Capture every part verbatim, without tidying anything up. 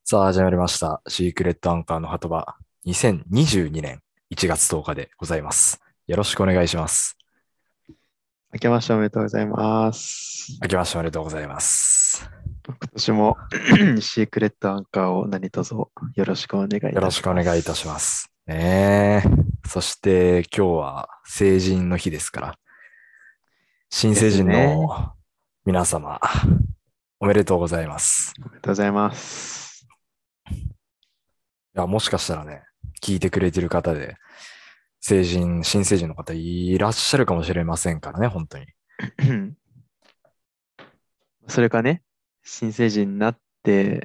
さあ、始まりました。シークレットアンカーの鳩場。にせんにじゅうにねんいちがつとおかでございます。よろしくお願いします。 明けましておめでとうございます。 明けましておめでとうございます。 今年もシークレットアンカーを何卒よろしくお願いいよろたししくお願いいたしまます。 す。ねえ。そして今日は成人の日ですから、新です成人ね。 の皆様、おめでとうございます。 おめでとうございます。 いや、もしかしたらね、聞いてくれてる方で、成人、新成人の方いらっしゃるかもしれませんからね、本当に。 それかね、新成人になって、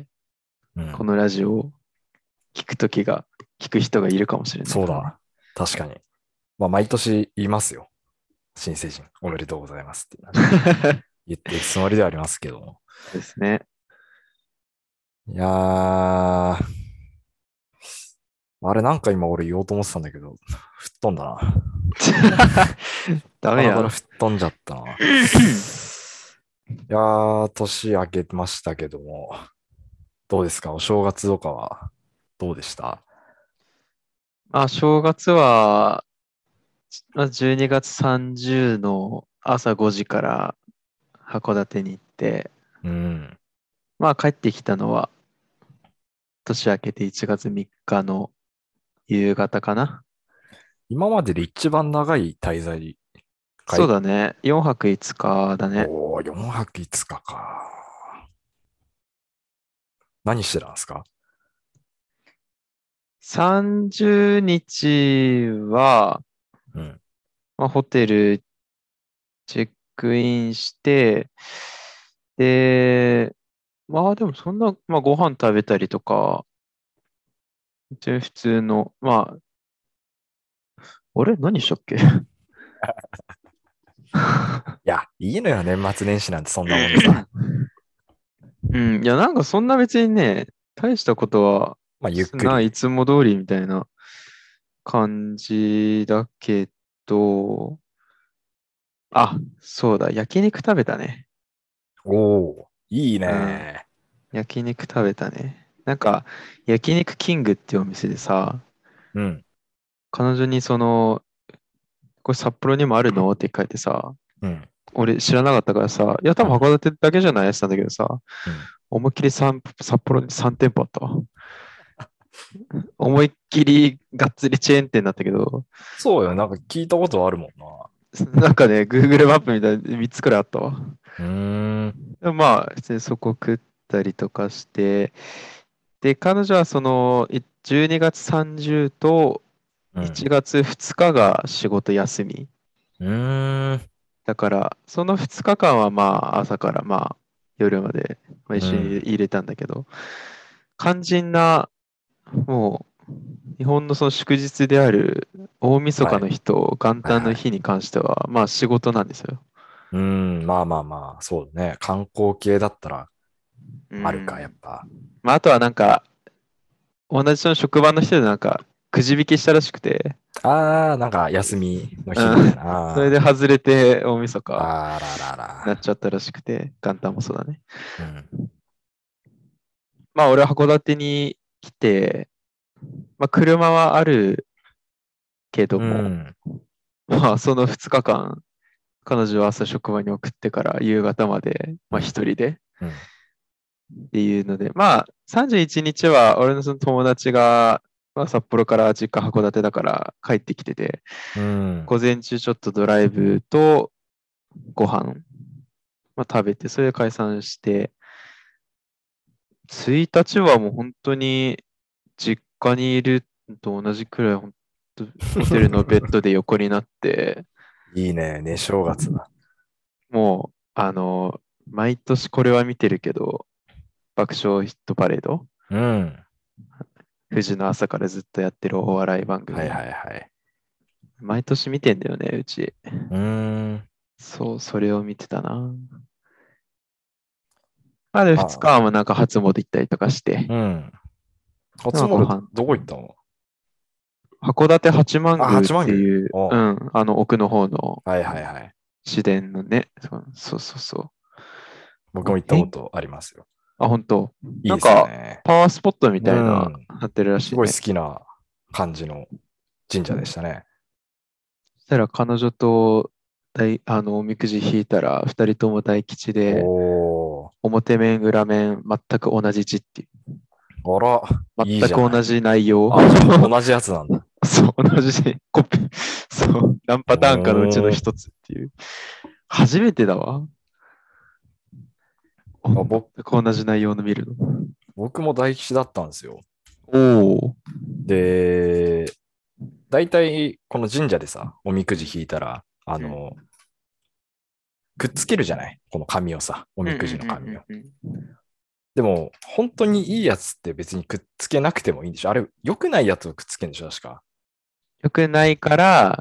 うん。 このラジオを聞くときが、聞く人がいるかもしれないからね。 そうだ。確かに。まあ、毎年言いますよ。新成人、おめでとうございますっていうのはね、言ってるつもりではありますけども。 ですね。 いやー、あれなんか今俺言おうと思ってたんだけど、吹っ飛んだな。 ダメやん。 鼻から吹っ飛んじゃったな。いやー、年明けましたけども、どうですかお正月とかはどうでした？ あ、正月は、まずじゅうにがつさんじゅうの朝ごじから函館に行って、 うん。 まあ帰ってきたのは年明けていちがつみっかの夕方かな。 今までで一番長い滞在かい？ そうだね。よんはくいつかだね。 おー、よんはくいつかかか。何してたんですか？ さんじゅうにちは、 うん。 まあ、ホテルチェックインして、で、まあでもそんな、まあご飯食べたりとか、普通普通の、まあ、あれ何したっけ？ いや、いいのよ、年末年始なんてそんなもんさ。 うん、いやなんかそんな別にね、大したことは、 まあ、ゆっくな、いり。 つも通りみたいな感じだけど、あ、そうだ、焼肉食べたね。 おー、いいうん、 ね。 焼肉食べたね。なんか、焼肉キングっていうお店でさ、 うん、 彼女にその、これ札幌にもあるのって書いてさ、 うん、 俺知らなかったからさ、いや、多分うん、 函館だけじゃないやつなんだけどさ、 うん。 思いっきりさん札幌にさん店舗あったわ。思いっきりがっつりチェーン店だったけど、 そうよ、なんか聞いたことあるもんな。 なんかね、Google マップみたいにみっつくらいあったわ。 うーん、 でもまあ、普通にそこ食ったりとかして、で、彼女はその、いじゅうにがつさんじゅうと1 うん、 月ふつかが仕事休み。 うーん、 だから、そのふつかかんはまあ、朝からまあ、夜まで、まあ、一緒にうん。 入れたんだけど、肝心な、もう、日本のその祝日である大晦日のはい、 日と元はい、はい。 旦の日に関しては、まあ仕事なんですよ。 うーん、まあまあまあ、そうね。観光系だったらうあるか、やっん。 ぱ。 まあ、あとはなんか、同じその職場の人でなんか、くじ引きしたらしくて、 あー、なんか休みのうん。 日みたいな。 それで外れて大晦日あー、あららなっら。 ちゃったらしくて、元旦もそうだね。 うん、 まあ俺は函館に来て、まあ車はあるけどうも、 ん、 まあそのふつかかん、彼女は朝職場に送ってから夕方まで、まあうん、 一人でうん、 っていうので、まあさんじゅういちにちは俺のその友達が、まあ、札幌から実家函館だから帰ってきてて、 うん。 午前中ちょっとドライブとご飯、まあ、食べて、それで解散して、ついたちはもう本当に実家にいるのと同じくらい、本当ホテルのベッドで横になって、 いいね、ね、正月だ。 もう、あの、毎年これは見てるけど、爆笑ヒットパレード、 うん。 富士の朝からずっとやってるお笑い番はいは組、 いはい。 毎年見てんだよね、うち。 うーん。 そう、それを見てたな。まあで、2 あ、 日はなんか初詣行ったりとかして、 うん。初詣ど、 まあご飯。 どこ行ったの？ 函館八幡あ、 宮っ八幡宮。 ていう、うお、 ん、あの奥の方のはいはいはい。 市電のね、そうそうそうそう。 僕ももう天、 行ったことありますよ。 あ、本当。 いいですよなんか、 ね。 パワースポットみたいな、 うん。 なってるらしすごい好いね。 きな感じの神社でしたね。 そしたら彼女と大、あの、おみくじ引いたら、二人とも大吉で、 おー。 表面、裏面、全く同じ字っていう。 あら、いい全く同じゃない。 じ内容。 あ、じゃあ同じやつなんだ。 そう、同じコピー。そう、何パターンかのうちのおー。 一つっていう。初めてだわ。 あ、 全ぼ、 く同じ内容の見るの。 僕も大吉だったんですよ。 おお。 で、大体この神社でさ、おみくじ引いたら、あうんの、くっつけるじゃないこの紙をさ、おうんうんみくじの紙を。 うんうんでも、本当にいいやつって別にくっつけなくてもいいんでしょあれ、良くないやつをくっつけるんでしょ確か。 よくないから、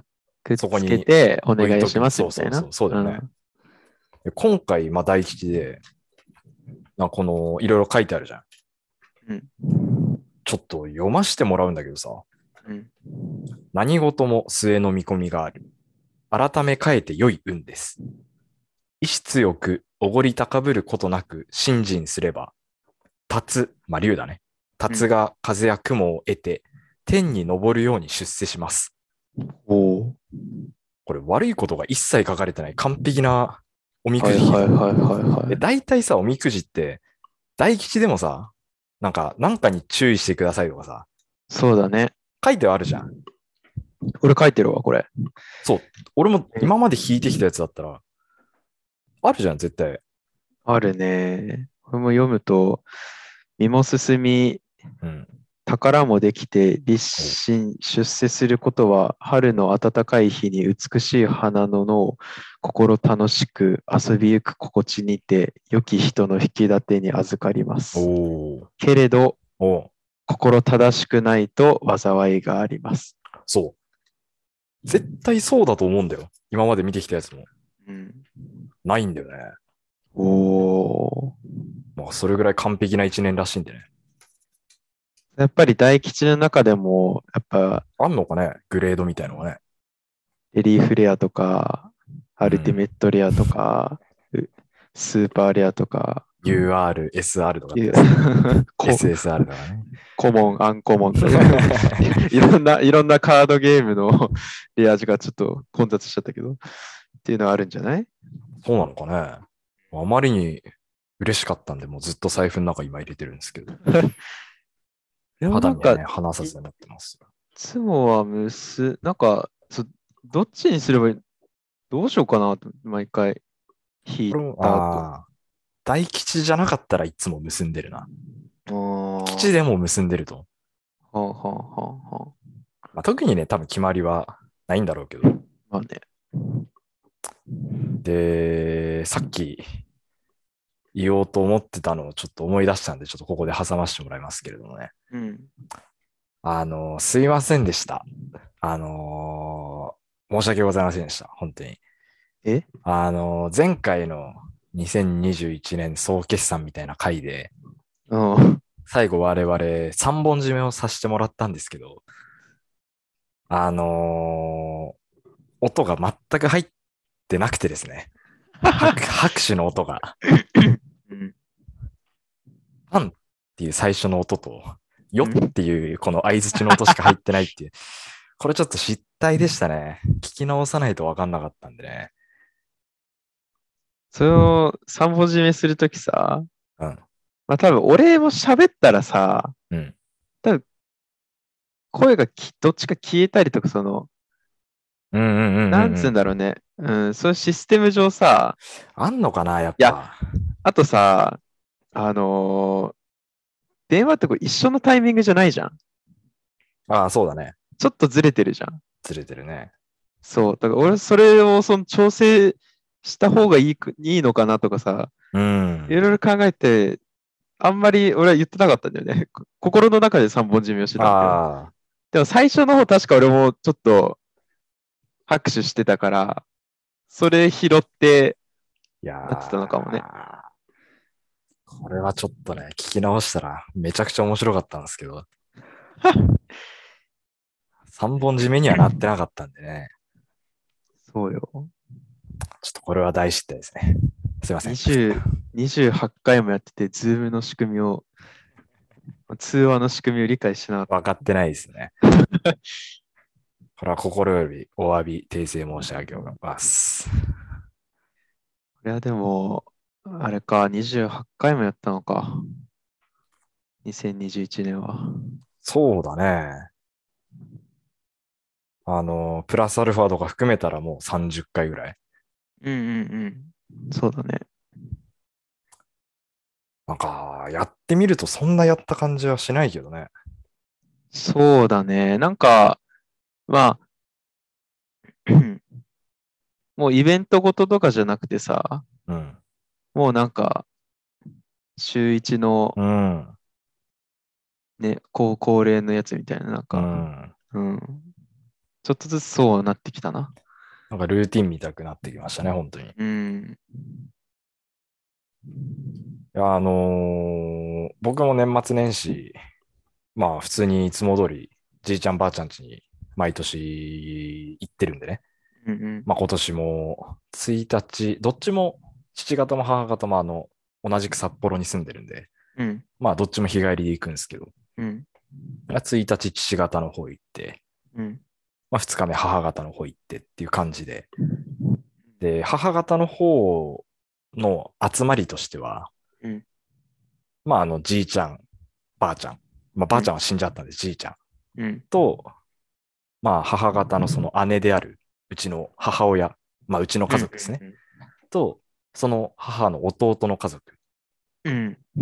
くっつけそこにてお願置いとく。 いしますみたいな。 そうそうそう、そうだよね。 うん。 で今回、まあ大吉で、なこの、いろいろ書いてあるじゃん。 うん。 ちょっと読ませてもらうんだけどさ、 うん。 何事も末の見込みがある。改め変えて良い運です。意志強く、おごり高ぶることなく、信心すれば、竜、まあ竜だね。竜うんが風や雲を得て、天に昇るように出世します。 おお。 これ悪いことが一切書かれてない完璧なおみくはいじ引きなの。 はいはいはいはで、 い。 大体さ、おみくじって、大吉でもさ、なんか、なんかに注意してくださいとかさ、 そうだね。 書いてはあるじゃん。 俺書いてるわ、これ。 そう。俺も今まで引いてきたやつだったら、あるじゃん、絶対。 あるね。これも読むと、身も進み、 うん。 宝もできて、立身、出世することは、春の暖かい日に美しい花の野を心楽しく遊びゆく心地にて、良き人の引き立てに預かりまおす。 おけれど、 お心正しくないと災いがあります。 そう。絶対そうだと思うんだよ。今まで見てきたやつも。 うん、 ないんだよね。 おー。 まあ、それぐらい完璧な一年らしいんでね。 やっぱり大吉の中でも、やっぱあんのかねグレードみたいのがね。 レリーフレアとか、アルティメうん。 ットレアとか、うスーパーレアとか、 ユーアール、エスアール とかっいうてやつね。 コエスエスアール とかね。 コモン、アンコモンとか、いろんな、いろんなカードゲームのレア字がちょっと混雑しちゃったけど、っていうのはあるんじゃない？ そうなのかね。あまりに嬉しかったんで、もうずっと財布の中今入れてるんですけど。 でもなんか、 肌身はね、離さずで持ってますよ。 いつもはむす、なんか、そどっちにすればいい、どうしようかなと、毎回引いこれも、 た後。 ああ、大吉じゃなかったらいつも結んでるな。 ああ、は吉でも結んでると。 あはあはあはあ。 まあ、特にね、多分決まりはないんだろうけど。 まあね。 で、さっき言おうと思ってたのをちょっと思い出したんで、ちょっとここで挟ませてもらいますけれどもね。 うん。 あの、すいませんでした。あのー申し訳ございませんでした。本当に。 えあのー前回のにせんにじゅういちねん総決算みたいな回で、 うん。 最後我々さんぼん締めをさせてもらったんですけど、あのー音が全く入ってなくてですね。拍拍手の音が、 うんパンっていう最初の音と、よっていうこの相槌の音しか入ってないっていう。これちょっと失態でしたね。聞き直さないと分かんなかったんでね。 それをさんぼん締めするときさ、 うん。 まあ多分俺も喋ったらさ、 うん。 多分声がきどっちか消えたりとか、その、 うんうんうんうんなんつうんうん。 だろうね。うん、そういうシステム上さ、 あんのかな、やっいや、 ぱ。 あとさ、あのー電話ってこう一緒のタイミングじゃないじゃん。 ああ、そうだね。 ちょっとずれてるじゃん。 ずれてるね。 そう。だから俺それをその調整した方がいいく、いいのかなとかさ、 ういん。 ろいろ考えて、あんまり俺は言ってなかったんだよね。こ心の中でさんぼん締めをしてたんだけど。 ああ、 でも最初の方確か俺もちょっと拍手してたから、それ拾っていややってたのかもね。 ー、これはちょっとね、聞き直したらめちゃくちゃ面白かったんですけど、さんぼん締めにはなってなかったんでね。 そうよ。 ちょっとこれは大失態ですね。すいません。 にじゅうにじゅうはちかいもやってて、ズームの仕組みを、通話の仕組みを理解しなかっ分かってないですね。 た。 これは心よりお詫び、訂正申し上げます。 いや、でも、あれか、にじゅうはちかいもやったのか。にせんにじゅういちねんは。 そうだね。あの、プラスアルファとか含めたらもうさんじゅっかいぐらい。 うんうんうん。そうだね。 なんか、やってみるとそんなやった感じはしないけどね。 そうだね。なんか、まあ、もうイベントごととかじゃなくてさ、 うん。 もうなんか、週一のうん。 ね、高恒例のやつみたいな、なんうか、 ん。 うん。ちょっとずつそうなってきたな。 なんかルーティン見たくなってきましたね、本当に。いうん。 や、あのー僕も年末年始、まあ普通にいつも通り、じいちゃんばあちゃん家に毎年行ってるんでね。 うんうんまあ今年もついたち、どっちも父方も母方もあの、同じく札幌に住んでるんで、 うんまあどっちも日帰りで行くんですけど、 うんついたち父方の方行って、 うんまあふつかめ母方の方行ってっていう感じで、で、母方の方の集まりとしては、 うんまああのじいちゃん、ばあちゃん、まあばあちゃんは死んじゃったんでじいちゃんうんと、まあ母方のその姉であるうちの母親、まあうちのうん家族ですね。と、その母の弟の家族うんうん。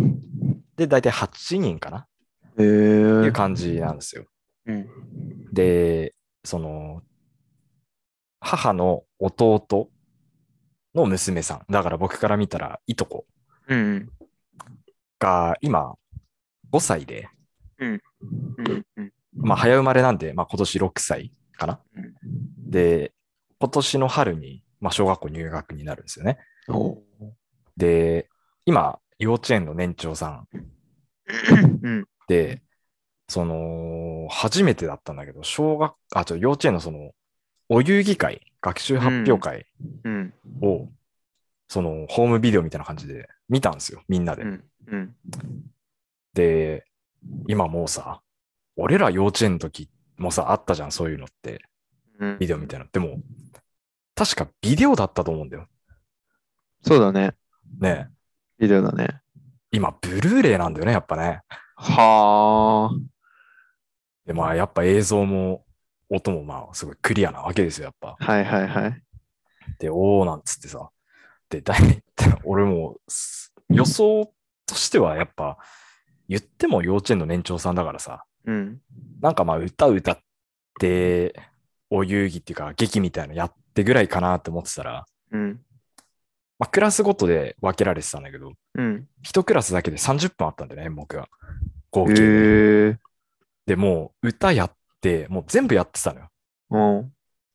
で、だいたいはちにんかなっへえ。 ていう感じなんですよ。 うん。 で、その、母の弟の娘さん。だから僕から見たら、いとこうんが今ごさいで、 うんうんうんまあ早生まれなんで、まあ今年ろくさいかな。で、今年の春に、まあ小学校入学になるんですよね。 うん。おう。 で、今、幼稚園の年長さんうんで、その、初めてだったんだけど、小学、あ、ちょ、幼稚園のその、お遊戯会、学習発表うん会うんを、その、ホームビデオみたいな感じで見たんですよ、みんなで。 うんうんで、今もうさ、俺ら幼稚園の時もさ、あったじゃん、そういうのって、 うん。 ビデオみたいな。でも、確かビデオだったと思うんだよ。 そうだね。 ねえ。 ビデオだね。 今、ブルーレイなんだよね、やっぱね。 はあ。 で、まあ、やっぱ映像も、音もまあ、すごいクリアなわけですよ、やっぱ。 はいはいはい。 で、おーなんつってさ。で、だい、俺も、す予想としては、やっぱ、言っても幼稚園の年長さんだからさ、 うん。 なんかまあ、歌歌って、お遊戯っていうか、劇みたいなのやってぐらいかなって思ってたら、 うん。 まあ、クラスごとで分けられてたんだけど、 うん。 一クラスだけでさんじゅっぷんあったんだよね、演目が。合へ計で。 え。 で、もう歌やって、もう全部やってたのよ。 うん。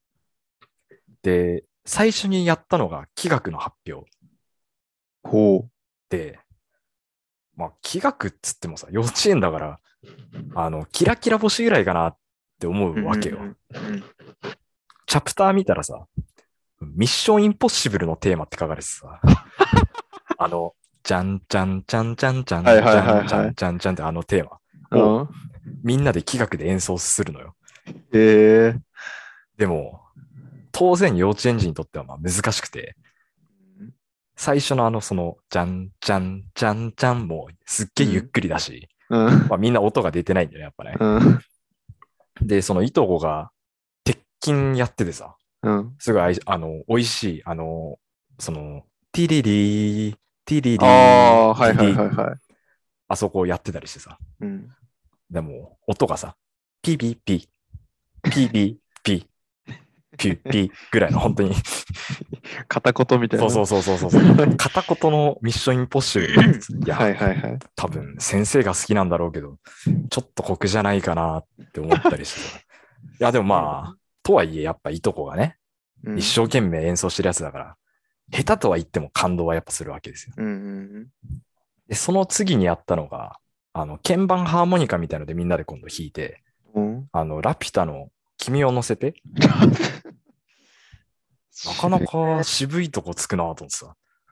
で、最初にやったのが器楽の発表ほで、まあ、器楽っつってもさ、幼稚園だから、あの、キラキラ星ぐらいかなって思う。うんうんうわけよ。 うんチャプター見たらさ、ミッションインポッシブルのテーマって書かれてさ、あの、じゃんじゃんじゃんじゃんじゃんはいはいじゃはいはい。 んじゃんじゃんじゃんってあのテーマをうん。 みんなで器楽で演奏するのよ。 へえ。 でも、当然幼稚園児にとってはまあ難しくて、最初のあのその、じゃんじゃんじゃんじゃんもすっげえゆっうん。 くりだし、 うん。 まあみんな音が出てないんだよね、やっぱね。 うん。 で、そのいとこが鉄筋やっててさ、 うん。 すごいあい、あの、美味しい、あの、その、ティリリー、ティリあリー、 あ、はいはいティリー、 はいはい。 あそこをやってたりしてさ、 うん。 でも、音がさ、ピーピーピー、ピーピーピー、ピューピーぐらいの本当に片言みたいな。 そうそうそうそうそうそう。片言のミッションインポッシブルになってて、いや、 はいはいはい。 多分先生が好きなんだろうけど、ちょっと酷じゃないかなって思ったりしてさ。いや、でもまあ、とはいえ、やっぱいとこがね、 うん。 一生懸命演奏してるやつだから、下手とは言っても感動はやっぱするわけですよ。 うんうんで、その次にやったのが、あの、鍵盤ハーモニカみたいのでみんなで今度弾いて、 うん。 あの、ラピュタの君を乗せて、なかなか渋いとこつくなと思ってさ。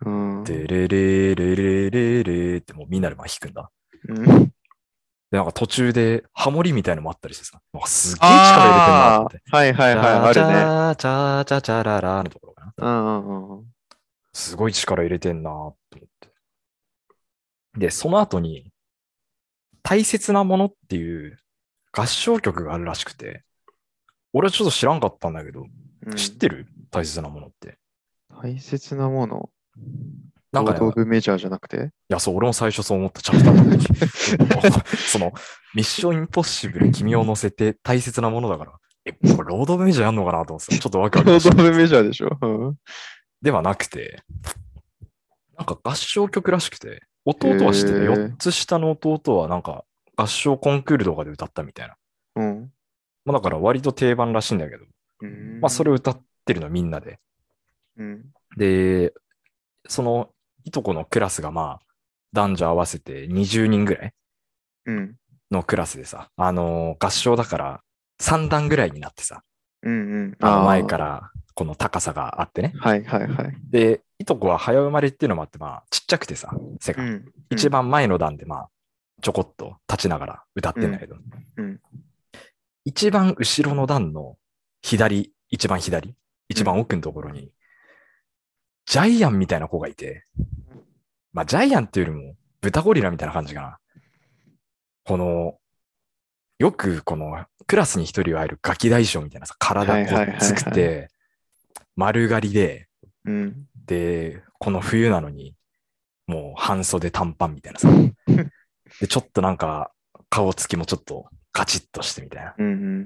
うん。 でれれれれれれってもうみんなでまあ弾くんだ。 うん。 で、なんか途中でハモリみたいのもあったりしてさ、なんかすげえ力入れてんなと思ああ、 って。 はいはいはい、 チャーチあるね。 ャーチャーチャーチャララーのところかな。多分うんうんうん。 すごい力入れてんなと思って。で、その後に大切なものっていう合唱曲があるらしくて、俺はちょっと知らんかったんだけど、 うん。 知ってる大切なものって。 大切なもの。 なんかね、 ロード・オブ・メジャーじゃなくて。 いや、そう、俺も最初そう思った、チャプターの時。その、ミッションインポッシブル、君を乗せて大切なものだから、え、これロードオブメジャーやんのかなと思ってたら、ちょっとワクワクロード・オブ・したんだけどさ。 メジャーでしょ。うん。 ではなくて、なんか合唱曲らしくて、 へ弟は知ってた。よっえ。 つ下の弟はなんか合唱コンクールとかで歌ったみたいな。 うん。 まあだから割と定番らしいんだけど、 うまあそれをん。 歌ってるのみんなで。 うん。 で、そのいとこのクラスがまあ男女合わせてにじゅうにんぐらいうん。 のクラスでさ、あのー合唱だからさん段ぐらいになってさ、 うんうん。 あの前ああ。 からこの高さがあってね。 はいはいはい。 で、いとこは早生まれっていうのもあって、まあちっちゃくてさ、背が。 うん。う一ん。 番前の段でまあちょこっと立ちながら歌っうん。 てんだけど、 うん。 一番後ろの段の左、一番左、 うん。 一番奥のところに、ジャイアンみたいな子がいて、まあジャイアンっていうよりも豚ゴリラみたいな感じかな。この、よくこのクラスに一人はいるガキ大将みたいなさ、体はいはいごっつはいはい。 くて、丸刈りで、 うん。 で、この冬なのに、もう半袖短パンみたいなさ。で、ちょっとなんか、顔つきもちょっとガチッとしてみたいな。 うん。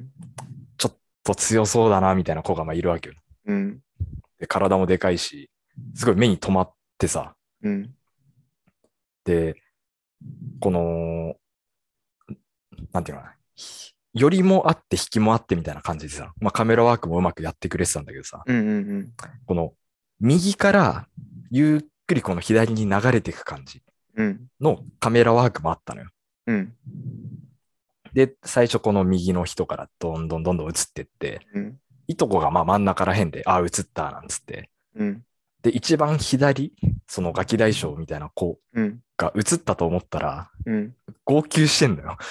ちょっと強そうだな、みたいな子がまあいるわけよ。 うん。 で、体もでかいし、すごい目に留まってさ、 うん。 で、この、なんていうのかな、よりもあって引きもあってみたいな感じでさ、まあカメラワークもうまくやってくれてたんだけどさ、 うん。うん。 この右からゆっくりこの左に流れていく感じうん。 のカメラワークもあったのよ。 うん。 で、最初この右の人からどんどんどんどん映ってって、 うん。 いとこがまあ真ん中ら辺で、ああ、映ったなんつって、 うん。 で、一番左、そのガキ大将みたいな子うん。 が映ったと思ったら、 うん。 号泣してんのよ。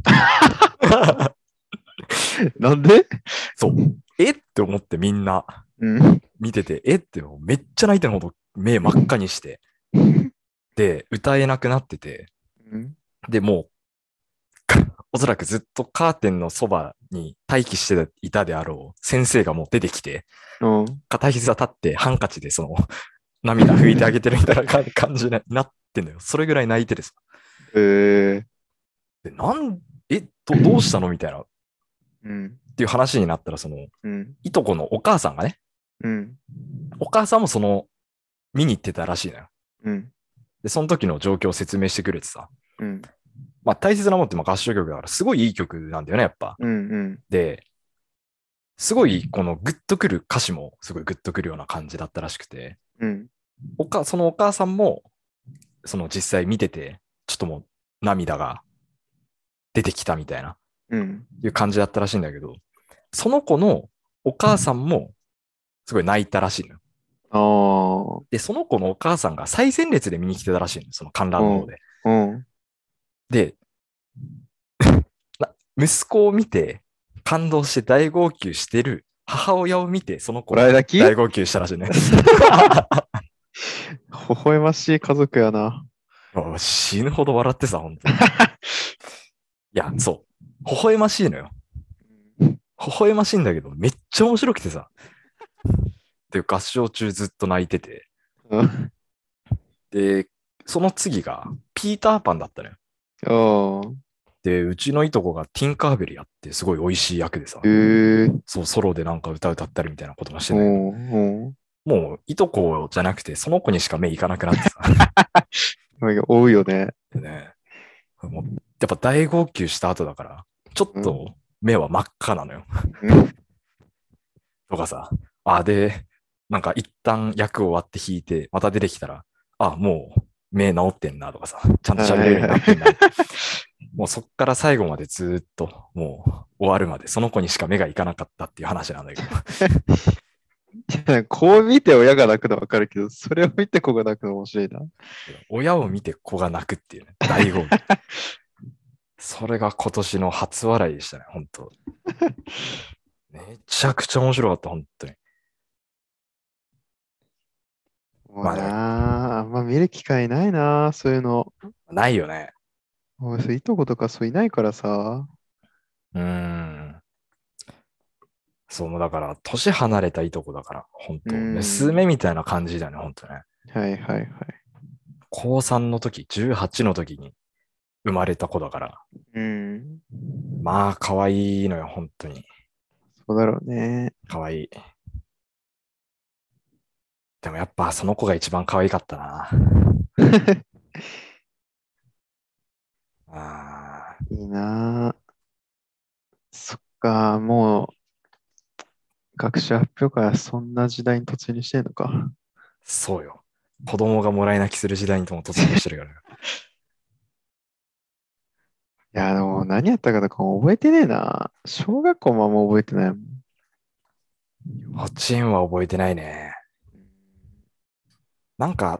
なんで？ そう。えって思ってみんなうん。 見てて、えってめっちゃ泣いてるほど目真っ赤にして、で、歌えなくなってて、 うん。 で、もう、おそらくずっとカーテンのそばに待機していたであろう先生がもう出てきて、 うん。 片膝立ってハンカチでその涙拭いてあげてるみたいな感じになってんのよ。それぐらい泣いててさ。 えー。 で、なん、え、ど、どうしたのみたいな。っうん。 ていう話になったら、その、 うん。 いとこのお母さんがね、 うん。 お母さんもその、見に行ってたらしいのよ。 うん。 で、その時の状況を説明してくれてさ。 うん。 まあ大切なもんってまあ合唱曲だから、すごいいい曲なんだよね、やっぱ。 うん。 で、すごいこのグッとくる歌詞もすごいグッとくるような感じだったらしくて、 うん。 おか、そのお母さんも、その実際見てて、ちょっともう涙が出てきたみたいな、 うん。 いう感じだったらしいんだけど、その子のお母さんもすごい泣いたらしいのよ。 ああ。 で、その子のお母さんが最前列で見に来てたらしいのよ、その観うん。 覧の方で。 うん。 で、息子を見て感動して大号泣してる母親を見て、その子こらえはだき？ 大号泣したらしいね。 微笑ましい家族やな。 もう死ぬほど笑ってさ、本当に。いや、そう。微笑ましいのよ。微笑ましいんだけど、めっちゃ面白くてさ。で、合唱中ずっと泣いてて。 うん。 で、その次が、ピーターパンだったのよ。 ああ。 で、うちのいとこがティンカーベルやって、すごい美味しい役でさ、 ええ。 そう、ソロでなんか歌歌ったりみたいなこともしてうんだけど、 ん。うん。 もう、いとこじゃなくて、その子にしか目いかなくなってさ。 追うよね。 でね、もう、やっぱ大号泣した後だから、ちょっうん。 と目は真っ赤なのよ。 うん。 とかさ、あ、で、なんか一旦役終わって弾いて、また出てきたら、あ、もう目治ってんなとかさ、ちゃんと喋れるようにはいはい。 なってんな。もうそっから最後までずっと、もう終わるまでその子にしか目がいかなかったっていう話なんだけど。 いやこう見て親が泣くのはわかるけど、それを見て子が泣くの面白いな。 親を見て子が泣くっていうね、醍醐味。それが今年の初笑いでしたね、本当。めちゃくちゃ面白かった、本当に。 もうまあでも、 なあ、あんま見る機会ないなあ、そういうの。 ないよね。 もうそういとことかそういないからさ。 うーん。そう、もうだから、年離れたいとこだから、本うー当ん。 娘みたいな感じだよね、本当ね。 はいはいはい。 高さんの時、じゅうはちの時に生まれた子だから、 うーん。 まあ、可愛いのよ、本当に。 そうだろうね。 可愛い。でもやっぱその子が一番可愛かったな。あー、 いいなあ。そっか、もう学習発表会はそんな時代に突入してんのか。 そうよ。子供がもらい泣きする時代にとも突入してるから。 いや、でも何やったかとかも覚えてねえな。小学校もあんま覚えてないもん。 幼稚園は覚えてないね。なんか、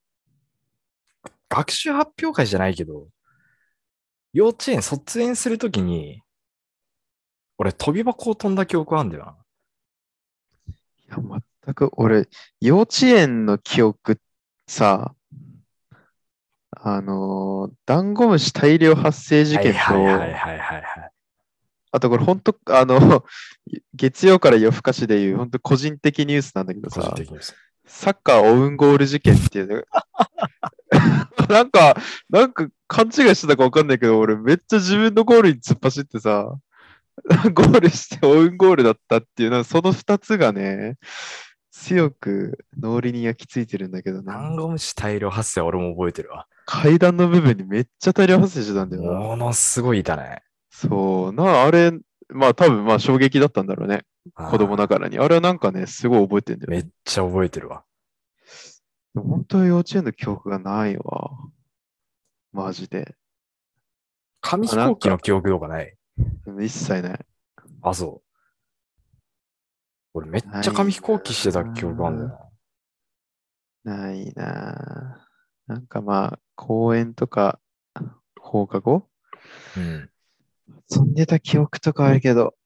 学習発表会じゃないけど、幼稚園卒園するときに、俺飛び箱を飛んだ記憶あんだよな。 いや、全く俺、幼稚園の記憶さ、あのーダンゴムシ大量発生事はい件はいはいと、 はいはいはい。 あとこれ本当、あの、月曜から夜更かしでいう、本当個人的ニュースなんだけど個人さ、 的にです。 サッカーオウンゴール事件っていうの、なんか、なんか勘違いしてたかわかんないけど、俺めっちゃ自分のゴールに突っ走ってさ、ゴールしてオウンゴールだったっていう、なんかその二つがね、強く脳裏に焼き付いてるんだけどな。 ダンゴムシ大量発生は俺も覚えてるわ。 階段の部分にめっちゃ大量発生してたんだよな。 ものすごいいたね。 そう、な、あれ、まあ多分まあ衝撃だったんだろうね。子供なああ、 がらに。あれはなんかね、すごい覚えてんだよめっね。 ちゃ覚えてるわ。 本当に幼稚園の記憶がないわ。マジで。 紙あ、なんか、 飛行機の記憶とかない？ 一切ない。 あ、そう。俺めっちゃ紙飛ない行機してた記憶あるんだよなぁ。ないなぁ。なんかまあ、公園とか放課後な。うん。 遊んでた記憶とかあるけど、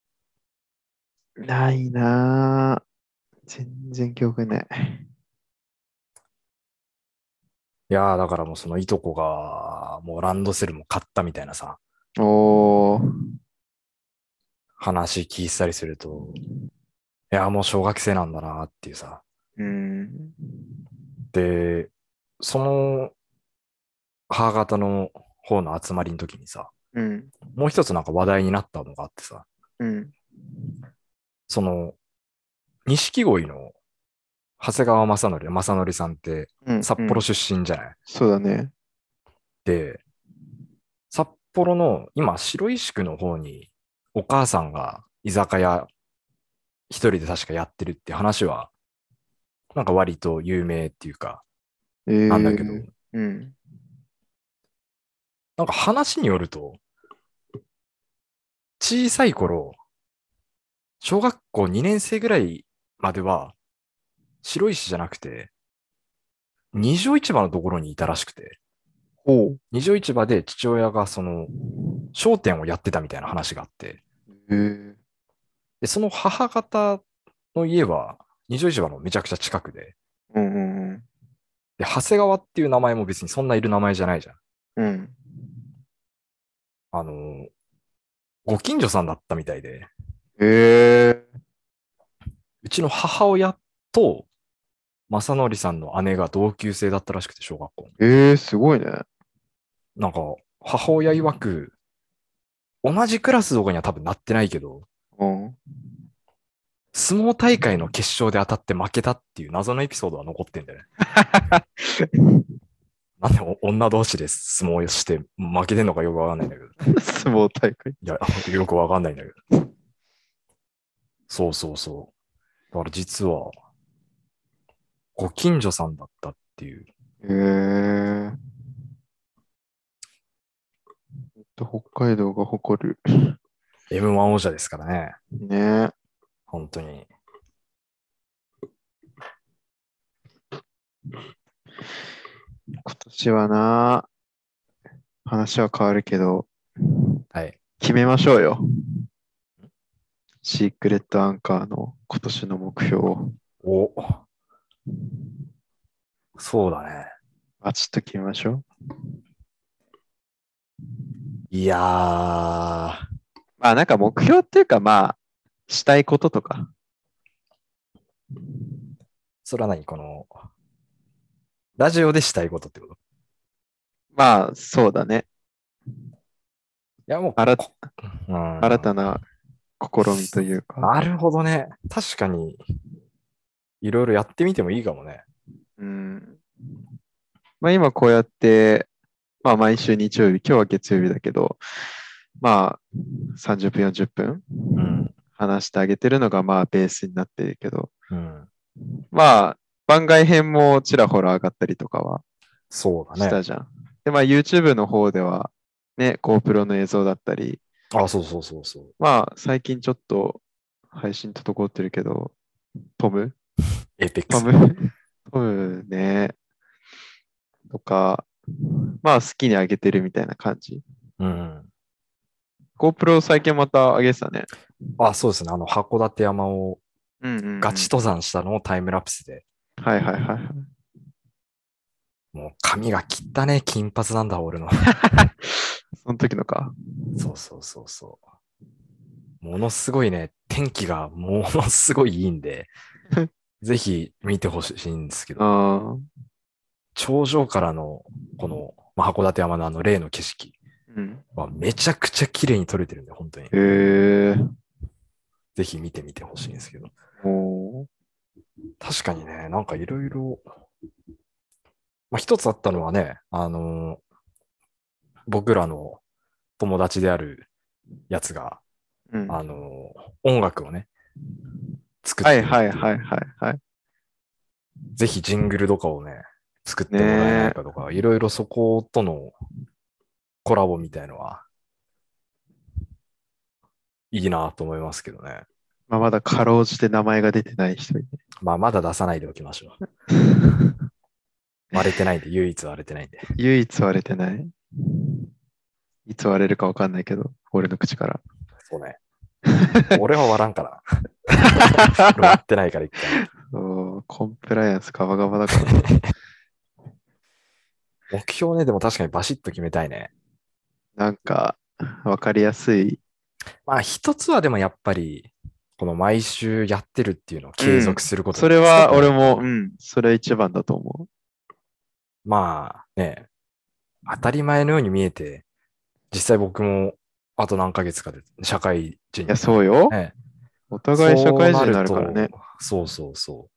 ないなぁ。全然記憶ない。 いやー、だからもうそのいとこが、もうランドセルも買ったみたいなさ、 おー。 話聞いてたりすると、いやー、もう小学生なんだなっていうさ。 うん。 で、その母方の方の集まりの時にさ、 うん。 もう一つなんか話題になったのがあってさ、 うん。 その、錦鯉の長谷川正則、正則さんってうん。うん。 札幌出身じゃない？ そうだね。 で、札幌の今、白石区の方にお母さんが居酒屋一人で確かやってるって話は、なんか割と有名っていうか、 えなんだけど、 ー。うん。 なんか話によると、小さい頃、小学校にねん生ぐらいまでは、白石じゃなくて、二条市場のところにいたらしくて、 ほう。 二条市場で父親がその商店をやってたみたいな話があって、 えー。 で、その母方の家は二条市場のめちゃくちゃ近くで、 うんうんで、長谷川っていう名前も別にそんないる名前じゃないじゃん。 うん。うん。 あの、ご近所さんだったみたいで、 えー。 うちの母親と正則さんの姉が同級生だったらしくて、小学校の。 えー、すごいね。 なんか、母親曰く、同じクラスとかには多分なってないけど、 うん。 相撲大会の決勝で当たって負けたっていう謎のエピソードは残ってんだよね。なんでお女同士で相撲をして負けてんのかよくわかんないんだけど。 相撲大会。 いや、よくわかんないんだけど。そうそうそう。だから実は、ご近所さんだったっていう。 えー。北海道が誇る。 エムワン 王者ですからね。 ね。 本当に。 今年はな、話は変わるけど、 はい。 決めましょうよ。シークレットアンカーの今年の目標を。 お、そうだね。 バチッと決めましょう。 いやー、 まあなんか目標っていうかまあ、したいこととか。 それは何この、ラジオでしたいことってこと？いまあ、そうだね。 や、もう、 新こうん、 新たな試みというか。 なるほどね。確かに、いろいろやってみてもいいかもね。 うん。まあ今こうやって、まあ毎週日曜日、今日は月曜日だけど、まあさんじゅっぷん、よんじゅっぷんうん。 話してあげてるのがまあベースになってるけど、 うん。 まあ番外編もちらほら上がったりとかはそうだね。 したじゃん。で、まあ YouTube の方ではね、GoPro の映像だったり、 あ、そうそうそうそう。 まあ最近ちょっと配信滞ってるけど、トムエイペックス。 トムトムね、とか、まあ好きに上げてるみたいな感じ。 うん。 GoPro 最近また上げてたね。 あ、そうですね。あの、函館山をうんうん、うん。 ガチ登山したのをタイムラプスで。 はいはいはいはい。 もう髪が切ったね。金髪なんだ、俺の。 その時のか。 そうそうそうそう。ものすごいね、天気がものすごいいいんで、ぜひ見てほしいんですけど、 ああ、 頂上からの、この、まあ、函館山のあの例の景色うん。 はめちゃくちゃ綺麗に撮れてるんで、本当に。 へえ、 ぜひ見てみてほしいんですけど。 も確かにね、なんかいろいろ、まあ、一つあったのはね、あのー僕らの友達であるやつが、 う、うん。 あのー音楽をね、作っはいてるっていう。 はいはいはいはい。 ぜひジングルとかをね、作ってもらえないねえ。 かとか、いろいろそことのコラボみたいのはいいなと思いますけどね。 まあ、まだかろうじて名前が出てない人いて。 まあ、まだ出さないでおきましょう。割れてないんで、唯一割れてないんで。 唯一割れてない。いつ割れるかわかんないけど、俺の口から。 そうね。俺は割らんから。俺割ってないから一回。 そうコンプライアンスガバガバだから。 目標ね、でも確かにバシッと決めたいね。 なんか、わかりやすい。 まあ一つはでもやっぱり、この毎週やってるっていうのを継うん。 続することそれですね、 は俺も、 これは。 うん、それ一番だと思まあね、当たり前のように見えて、実際僕もあと何ヶ月かで社会人う。いや、 になるそうよ。 ね。 お互い社そうな会人になるからると、 ね。 そうそうそう。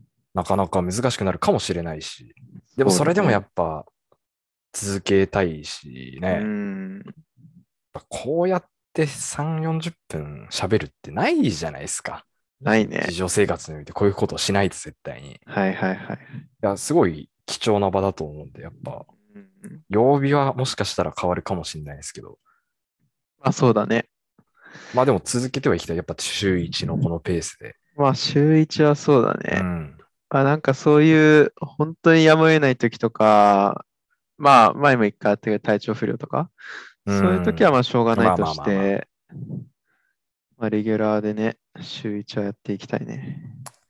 なかなか難しくなるかもしれないし。でもそうだそれでもやね。 っぱ続けたいしうね。 ん。 こうやってさん、よんじゅっぷん喋るってないじゃないですか。 ないね。 日常生活においてこういうことをしないと絶対に。いはいはいはい。 や、すごい貴重な場だと思うんで、やっぱ、 うん曜日はもしかしたら変わるかもしれないですけど、 まあそうだね。 まあでも続けてはいきたい。やっぱ週いちのこのペースで。 まあ週一はそうだね。 うん。 まあなんかそういう本当にやむを得ない時とか、まあ前も一回あったけど体調不良とか、 うそういう時はん。 まあしょうがないまあとまあまあまあ。 して、まあレギュラーでね、週一はやっていきたいね。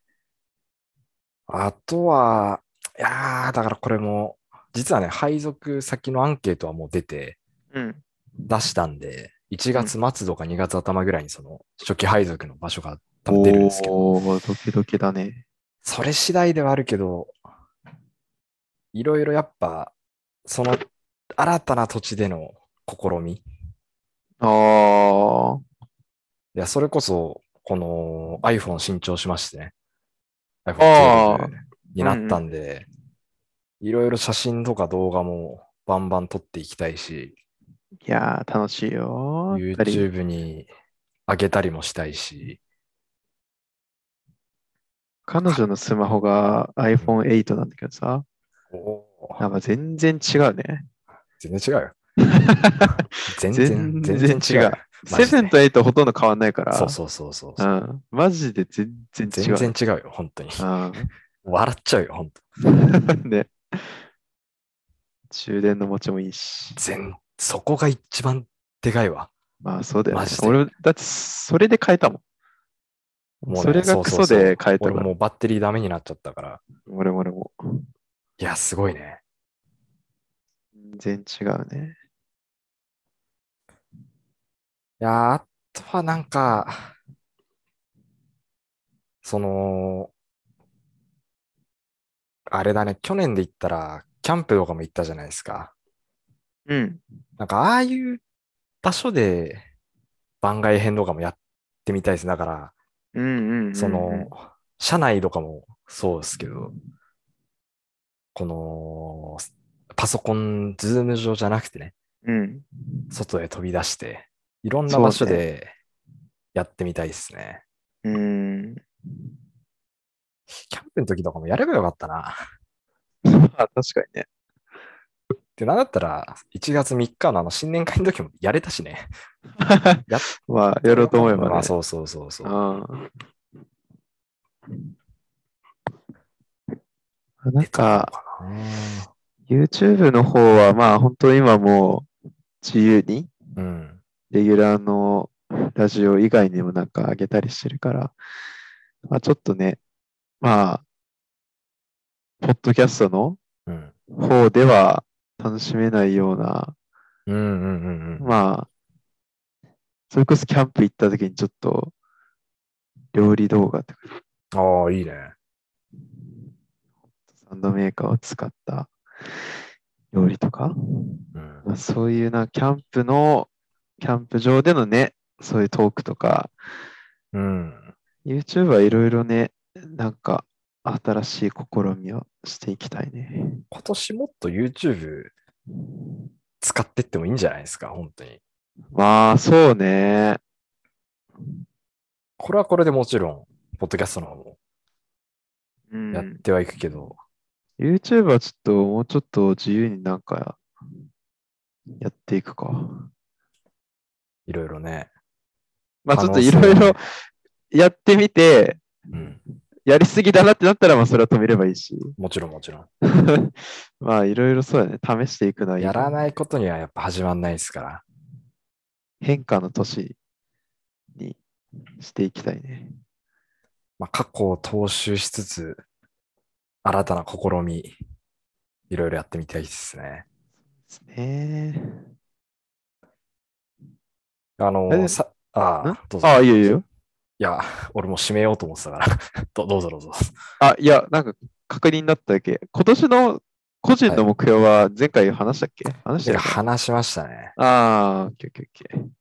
あとは、いやー、だからこれも、実はね、配属先のアンケートはもう出て、 うん。 出したんで、1 うん。 月末とかにがつ頭ぐらいにその初期配属の場所が多分出るんですけど、 おー、ドキドキだね。 それ次第ではあるけど、いろいろやっぱ、その新たな土地での試み。いあー。 や、それこそ、この iPhone 新調しましてね。 あー。 iPhone じゅうにになったうんうん。 んで、いろいろ写真とか動画もバンバン撮っていきたいし、 いやー、楽しいよ。やっぱり。 YouTube に上げたりもしたいし、 彼女のスマホが アイフォンエイト なんだけどさ、 おーなんか全然違うね。 全然違うよ。全然、 全全然違う。 然違うよ。マジセブンとで。 エイトほとんど変わんないから、 そうそうそうそうそう。 うん。マジで全然違全うね。 然違うよ、本当に。 うん。 笑っちゃうよ、ほんと。 ね。充電の持ちもいいし。 全、そこが一番でかいわ。 まあそうだよね。 マジで。 俺、だってそれで変えたもん。 もうね、 それがそうクソでそうそう。 変えたから。 俺もうバッテリーダメになっちゃったから。 俺も俺も。 いや、すごいね。 全然違うね。 いやー、あとはなんか、その、あれだね、去年で言ったら、キャンプとかも行ったじゃないですか。 うん。 なんか、ああいう場所で番外編とかもやってみたいです。だから、 うんうんその、 うん社内とかもそうですけど、この、パソコン、ズーム上じゃなくてね、 うん。うん。 外へ飛び出して、いろんな場そうね。 所でやってみたいですね。 うん。 キャンプの時とかもやればよかったな。 まあ確かにね。 で、なんだったら、いちがつみっかのあの新年会の時もやれたしね。やっまあ、 てもやろうとよかった。 思えばね。 まあ、そうそうそうそう。 ああ。なん出たのか、 かな。 YouTube の方は、まあ、本当今もう自由に、 うん。 レギュラーのラジオ以外にもなんか上げたりしてるから、まあ、ちょっとね、まあ、ポッドキャストのうん。 方では楽しめないような、 うんうんうんうん。 まあ、それこそキャンプ行った時にちょっと料理動画とか、 ああ、いいね。 サンドメーカーを使った料理とか、 うん。 まあ、そういうな、キャンプの、キャンプ場でのね、そういうトークとか、 うん。 YouTube はいろいろね、なんか新しい試みをしていきたいね。 今年もっと YouTube 使ってってもいいんじゃないですか、本当に。 まあ、そうね。 これはこれでもちろん、ポッドキャストの方もうん。 やってはいくけど、 YouTube はちょっと、もうちょっと自由になんかやっていくか。 いろいろね、 まあ、ちょっと可能いろいろ性はね。 やってみて、 うん。 やりすぎだなってなったら、まあ、それは止めればいいし。 もちろんもちろん。 まあ、いろいろそうだね。試していくのはいいやかもね。 らないことにはやっぱ始まんないですから。 変化の年にしていきたいね。 まあ、過去を踏襲しつつ、新たな試み、いろいろやってみたいですね。 ですね。 あの、 え、んさ、ああ、どうぞ。 ああ、いいよいいよ。 いや、俺もう締めようと思ってたからど、どうぞどうぞ。 あ、いや、なんか確認だっただけ。今年の個人はい。 の目標は前回話したっけ話しいや、 てないかな。 話しましたね。 ああ、オッケーオッケーオッケー。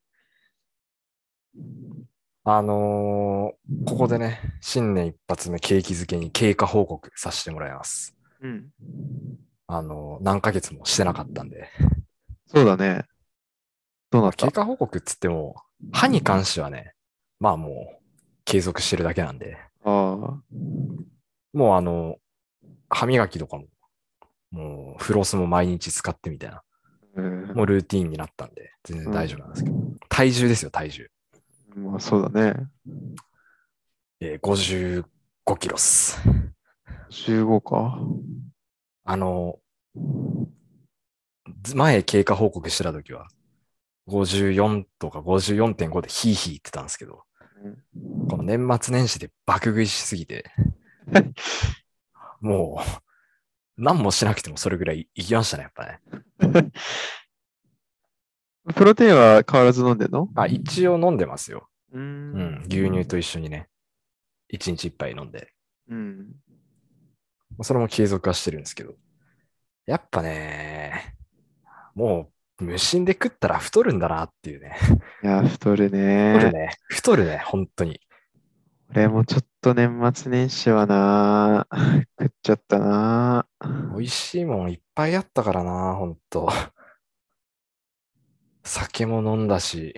あのーここでね、新年一発目景気づけに経過報告させてもらいます。 うん。 あのー何ヶ月もしてなかったんで。 そうだね。どうなまあ、経った？ 過報告っつっても、歯に関してはね、まあもう、継続してるだけなんで、 ああ、 もうあの、歯磨きとかも、もうフロスも毎日使ってみたいな、 うん。 もうルーティーンになったんで、全然うん。 大丈夫なんですけど。体重ですよ、体重。 まあ、そうだね。 えー、ごじゅうごキロっす。 じゅうごか。 あの、前経過報告してた時は、ごじゅうよんとかごじゅうよんてんごでヒーヒー言ってたんですけど、 うん。 この年末年始で爆食いしすぎて、もう何もしなくてもそれぐらいいきましたね、やっぱね。 プロテインは変わらず飲んでんの？ あ、一応飲んでますよ。 うーうん。 ん。 牛乳と一緒にね、一日一杯飲んで。 うん。 それも継続はしてるんですけど。やっぱね、もう無心で食ったら太るんだなっていうね。 いや、太るね。 太るね。太るね、本当に。 俺もちょっと年末年始はな、食っちゃったな。 美味しいもんいっぱいあったからな、本当。酒も飲んだし。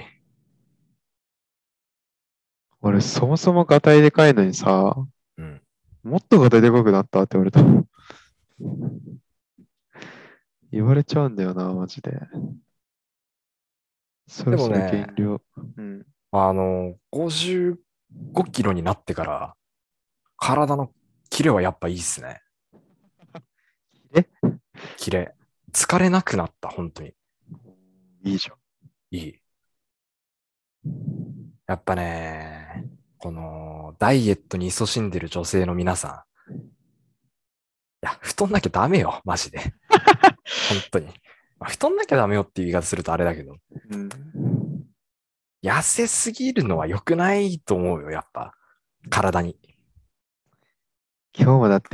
俺、そもそもガタイでかいのにさ、 うん。 もっとガタイでかくなったって言われた。言われちゃうんだよな、マジで。そでろそろもね、 減量。うん。 あの、ごじゅうごキロになってから、体のキレはやっぱいいっすね。 えキレ。疲れなくなった、本当に。 いいじゃん。 いい。やっぱね、この、ダイエットに勤しんでる女性の皆さん。いや、太んなきゃダメよ、マジで。本当に。まあ太んなきゃダメよっていう言い方するとあれだけど、 うん。 痩せすぎるのは良くないと思うよ、やっぱ。体に。 今日もだって、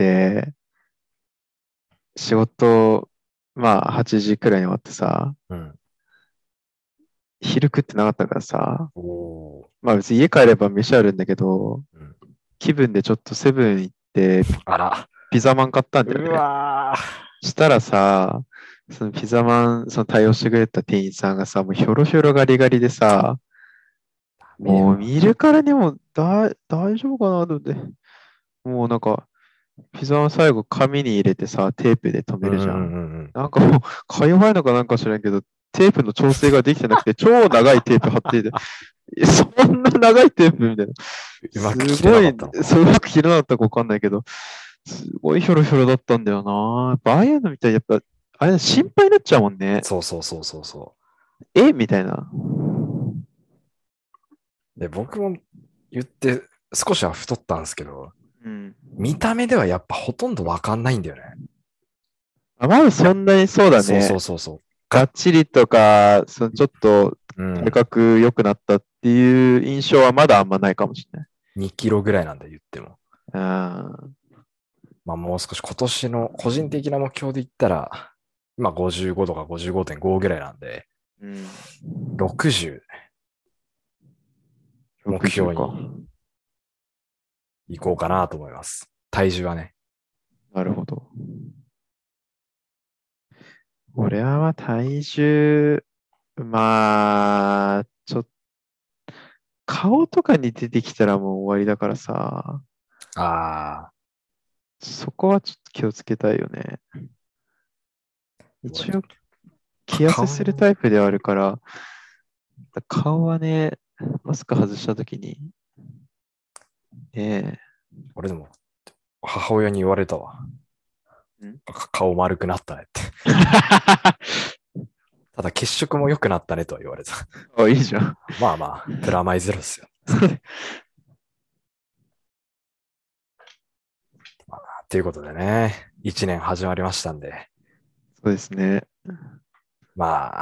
仕事、まあ、はちじくらいに終わってさ、 うん。 昼食ってなかったからさ、 おー。 まあ別に家帰れば飯あるんだけど、 うん、 気分でちょっとセブン行ってあら。 ピザマン買ったんだようね。 わしたらさ、そのピザマン、その対応してくれた店員さんがさ、もうヒョロヒョロガリガリでさ、 ー。ダメよ。 もう見るからにもだ大丈夫かなと思って。もうなんか、ピザマン最後紙に入れてさ、テープで留うんうんうめるじゃん。 んなんかもう、か弱いのかなんか知らんけど、テープの調整ができてなくて、超長いテープ貼ってて、えそんな長いテープみたいな。 うまくすごい、 切れなかったのか。 そううまく切れなかったかわかんないけど、すごいヒョロヒョロだったんだよな。やっぱああいうのみたい、やっぱ、あれ心配になっちゃうもんね。 そうそうそうそうそえみたいな。 う。で、僕も言って少しは太ったんですけど、 うん。 見た目ではやっぱほとんどわかんないんだよね。 あまだそんなにそうだそうそうね。 そうそう。 がっが、 ちりとか、そのちょっと体うん。 格良くなったっていう印象はまだあんまないかもしれない。 にキロぐらいなんで言っても。 あまあもう少し今年の個人的な目標で言ったら、今ごじゅうごとかごじゅうごてんごぐらいなんで、 うん。 ろくじゅう目ろくじゅうか。 標に行こうかなと思います。体重はね。 なるほど。俺はまあ体重、まあ、ちょっと、顔とかに出てきたらもう終わりだからさ、 ああ、 そこはちょっと気をつけたいよね。一応、気痩せ顔に、 するタイプではあるから、顔はね、マスク外したときに、ね俺でも母親に言われたわ。 え、ん顔丸くなったねって。ただ血色も良くなったねとは言われた。 あ、いいじゃん。 まあまあ、プラマイゼロっすよ。まあ、ということでね、一年始まりましたんで、 そうですね。 まあ、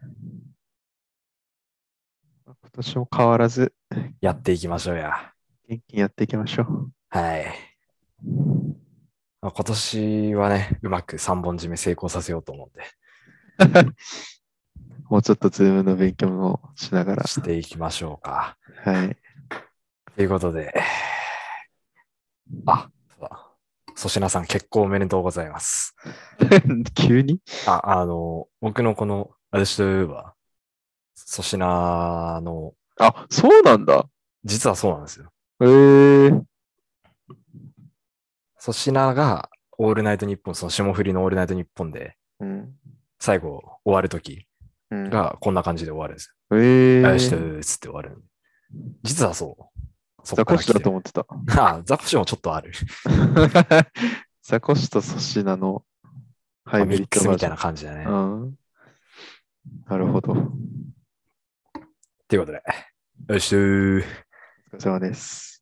今年も変わらず、 やっていきましょうや。 元気にやっていきましょう。 はい。まあ、今年はね、うまくさんぼん締め成功させようと思うんで、 もうちょっとズームの勉強もしながら。 していきましょうか。 はい。 ということで、あ、そうだ。粗品さん結婚おめでとうございます。 急にあ、あの、僕のこの、私といえば、粗品の、 あ、そうなんだ。 実はそうなんですよ。 えー、 粗品が、オールナイトニッポン、その霜降りのオールナイトニッポンで、 うん。 最後終わるときうん。 がこんな感じで終わるんですえよ。あよしとー、 ーつって終わる。実はそう。そっザコシから来てる。 だと思ってた。 あ、ザコシもちょっとある。 ザコシと粗品のハまあ、 イブミッリッドバージョクスみたいな感じだね。 ン。うん。なるほど。おということで、よしとー。 疲れ様です。